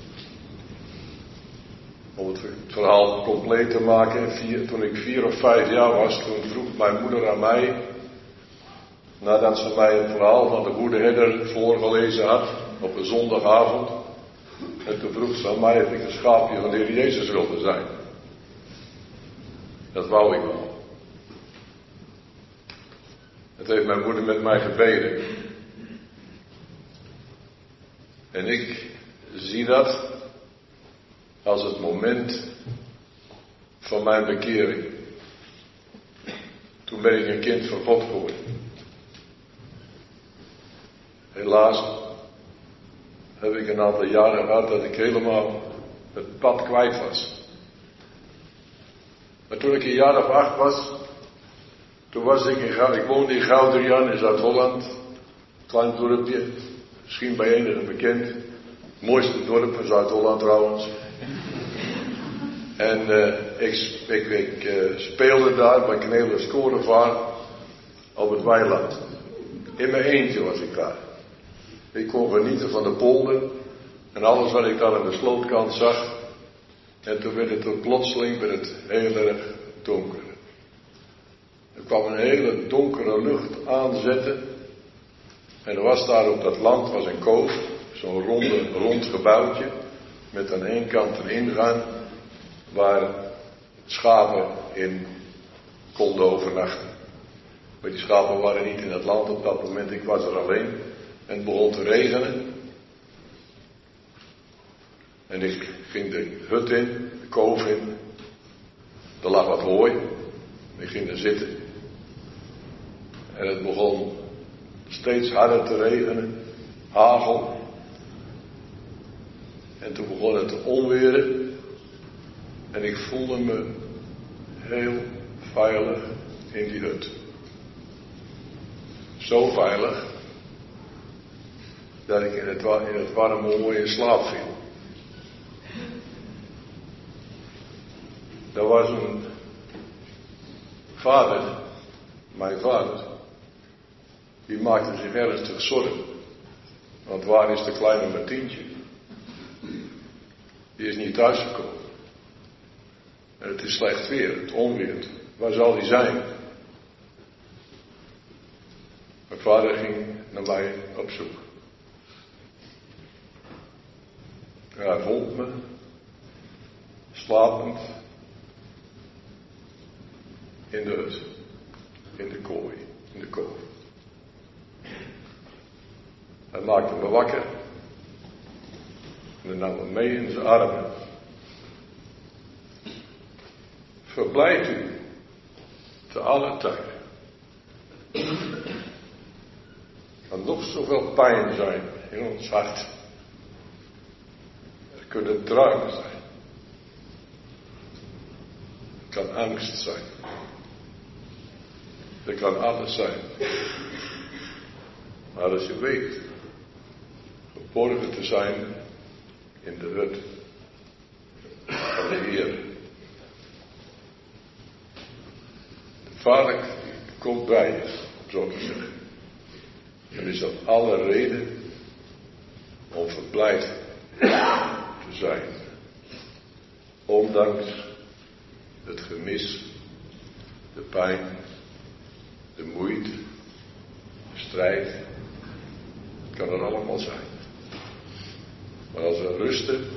om het verhaal compleet te maken, vier, toen ik vier of vijf jaar was, toen vroeg mijn moeder aan mij, nadat ze mij het verhaal van de goede herder voorgelezen had, op een zondagavond, en toen vroeg ze aan mij of ik een schaapje van de Heer Jezus wilde zijn. Dat wou ik wel. Het heeft mijn moeder met mij gebeden. En ik zie dat als het moment van mijn bekering. Toen ben ik een kind van God geworden. Helaas heb ik een aantal jaren gehad dat ik helemaal het pad kwijt was. Maar toen ik een jaar of acht was, toen was ik in Gouderian, ik woonde in Gouderian in Zuid-Holland, klein dorpje, misschien bij eenigen bekend, het mooiste dorp van Zuid-Holland trouwens. En uh, ik, ik, ik uh, speelde daar bij Knelis Korenvaart op het weiland. In mijn eentje was ik daar. Ik kon genieten van de polder en alles wat ik daar aan de slootkant zag. En toen werd het plotseling werd het heel erg donker. Er kwam een hele donkere lucht aanzetten. En er was daar op dat land was een koof, zo'n ronde, rond gebouwtje, met aan één kant een ingang, waar schapen in konden overnachten. Maar die schapen waren niet in het land op dat moment, ik was er alleen. En het begon te regenen. En ik ging de hut in, de koof in. Er lag wat hooi. Ik ging er zitten. En het begon steeds harder te regenen. Hagel. En toen begon het te onweren. En ik voelde me heel veilig in die hut. Zo veilig dat ik in het, in het warme mooie slaap viel. Er was een vader, mijn vader, die maakte zich ernstig zorgen. Want waar is de kleine Martientje? Die is niet thuisgekomen. En het is slecht weer, het onweert. Waar zal die zijn? Mijn vader ging naar mij op zoek. Hij vond me, slapend, in de hut, in de kooi, in de koof. Hij maakte me wakker en hij nam me mee in zijn armen. Verblijft u te alle tijden. Er kan nog zoveel pijn zijn in ons hart. Er kunnen tranen zijn. Er kan angst zijn. Er kan alles zijn. Maar als je weet geborgen te zijn in de hut van de Heer. De Vader komt bij je, om zo te zeggen. En is dat alle reden om verblijd te zijn. Ondanks het gemis, de pijn, de moeite, de strijd. Het kan er allemaal zijn. Maar als we rusten,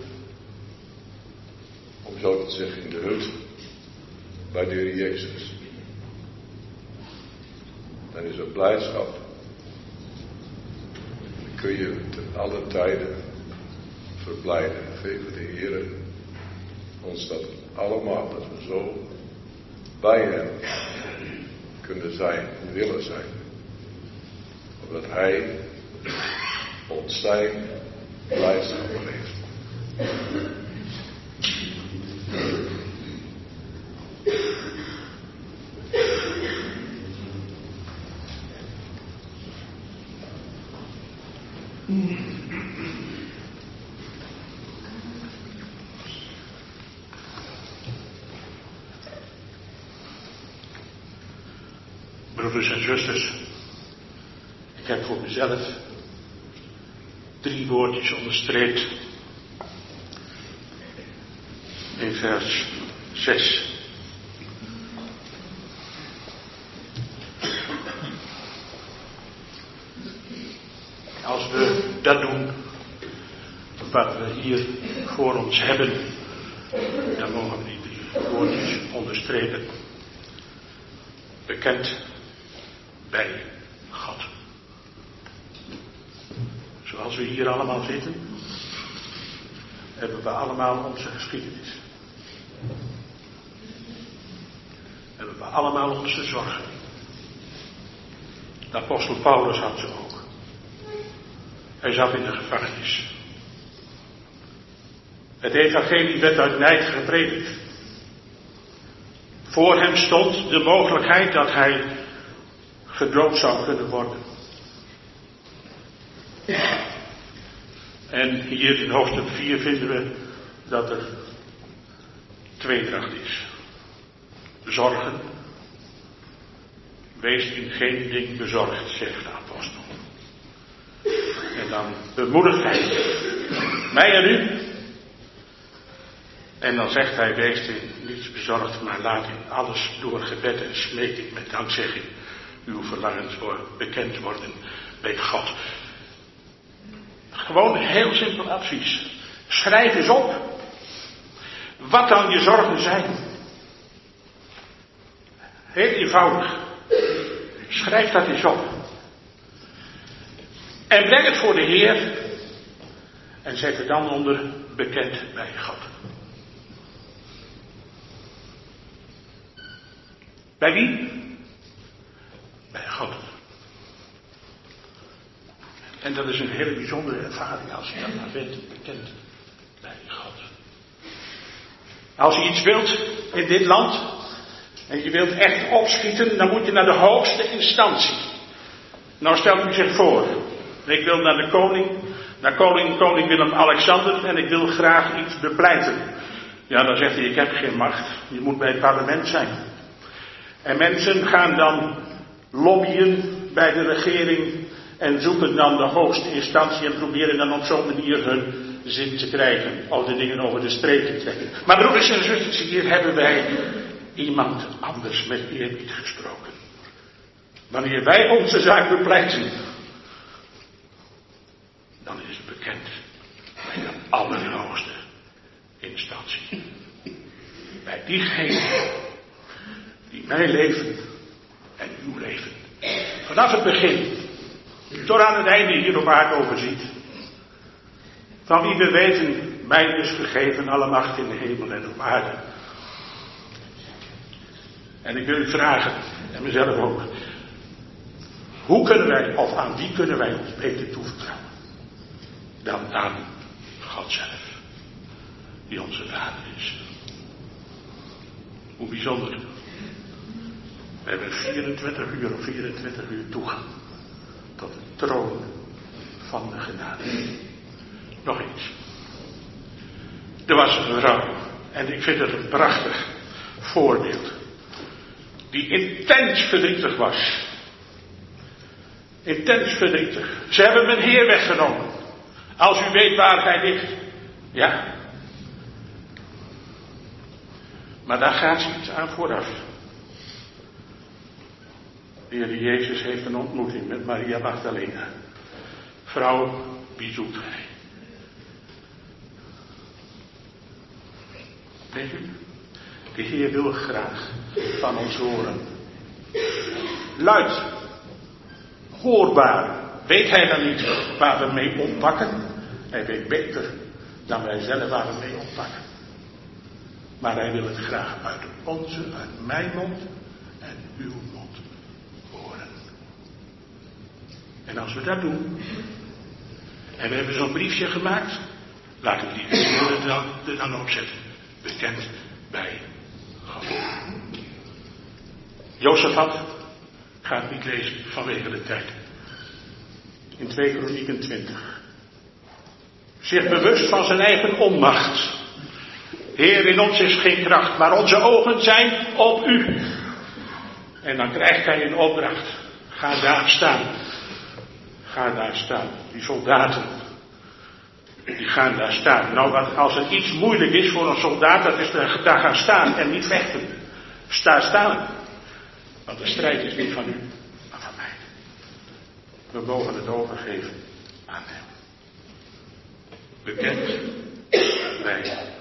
om zo te zeggen in de hut, bij de Heer Jezus, dan is er blijdschap. Dan kun je ten alle tijden verblijden. Geven de Heer ons dat allemaal, dat we zo bij hem kunnen zijn en willen zijn. Omdat hij ons zijn blijdschap geeft. Broeders en zusters, ik heb voor mezelf drie woordjes onderstreept in vers zes. Als we dat doen, wat we hier voor ons hebben, dan mogen we die drie woordjes onderstrepen. Bekend bij God. Zoals we hier allemaal zitten, hebben we allemaal onze geschiedenis. Hebben we allemaal onze zorgen. De apostel Paulus had ze ook. Hij zat in de gevangenis. Het evangelie werd uit nijd gepredikt. Voor hem stond de mogelijkheid dat hij gedood zou kunnen worden. En hier in hoofdstuk vier vinden we dat er tweedracht is. Zorgen. Wees in geen ding bezorgd, zegt de apostel. En dan bemoedigt hij mij en u. En dan zegt hij, wees in niets bezorgd, maar laat in alles door gebed en smeking met dankzegging uw verlangens bekend worden bij God. Gewoon een heel simpel advies. Schrijf eens op wat dan je zorgen zijn. Heel eenvoudig. Schrijf dat eens op. En breng het voor de Heer. En zet het dan onder bekend bij God. Bij wie? Bij God. En dat is een hele bijzondere ervaring als je dat maar bent, bekend bij God. Als je iets wilt in dit land en je wilt echt opschieten, dan moet je naar de hoogste instantie. Nou stelt u zich voor, ik wil naar de koning, naar koning, koning Willem-Alexander en ik wil graag iets bepleiten. Ja, dan zegt hij, ik heb geen macht. Je moet bij het parlement zijn. En mensen gaan dan lobbyen bij de regering en zoeken dan de hoogste instantie en proberen dan op zo'n manier hun zin te krijgen. Of de dingen over de streep te trekken. Maar broeders en zusters, hier hebben wij iemand anders met eerbied gesproken. Wanneer wij onze zaak bepleiten, dan is het bekend bij de allerhoogste instantie. Bij diegene die mijn leven en uw leven vanaf het begin tot aan het einde hier op aarde overziet. Van wie we weten, mij is gegeven alle macht in de hemel en op aarde. En ik wil u vragen, en mezelf ook, hoe kunnen wij, of aan wie kunnen wij ons beter toevertrouwen dan aan God zelf, die onze Vader is. Hoe bijzonder. We hebben vierentwintig uur of vierentwintig uur toegang tot de troon van de genade. Nog iets. Er was een vrouw, en ik vind het een prachtig voorbeeld, die intens verdrietig was. Intens verdrietig. Ze hebben mijn Heer weggenomen. Als u weet waar hij ligt. Ja. Maar daar gaat ze iets aan vooraf. De Heer Jezus heeft een ontmoeting met Maria Magdalena. Vrouw, wie zoekt hij? Weet u? De Heer wil graag van ons horen. Luid. Hoorbaar. Weet hij dan niet waar we mee oppakken? Hij weet beter dan wij zelf waar we mee oppakken. Maar hij wil het graag uit onze, uit mijn mond en uw mond horen. En als we dat doen, en we hebben zo'n briefje gemaakt, laten we die woorden dan, er dan opzetten. Bekend bij God. Jozefat, ik ga het niet lezen vanwege de tijd. In twee Kronieken twintig. Zich bewust van zijn eigen onmacht. Heer, in ons is geen kracht, maar onze ogen zijn op u. En dan krijgt hij een opdracht. Ga daar staan. Ga daar staan. Die soldaten, die gaan daar staan. Nou, wat, als er iets moeilijk is voor een soldaat, dat is daar gaan staan en niet vechten. Sta staan. Want de strijd is niet van u, maar van mij. We mogen het overgeven aan hem. Bekend bij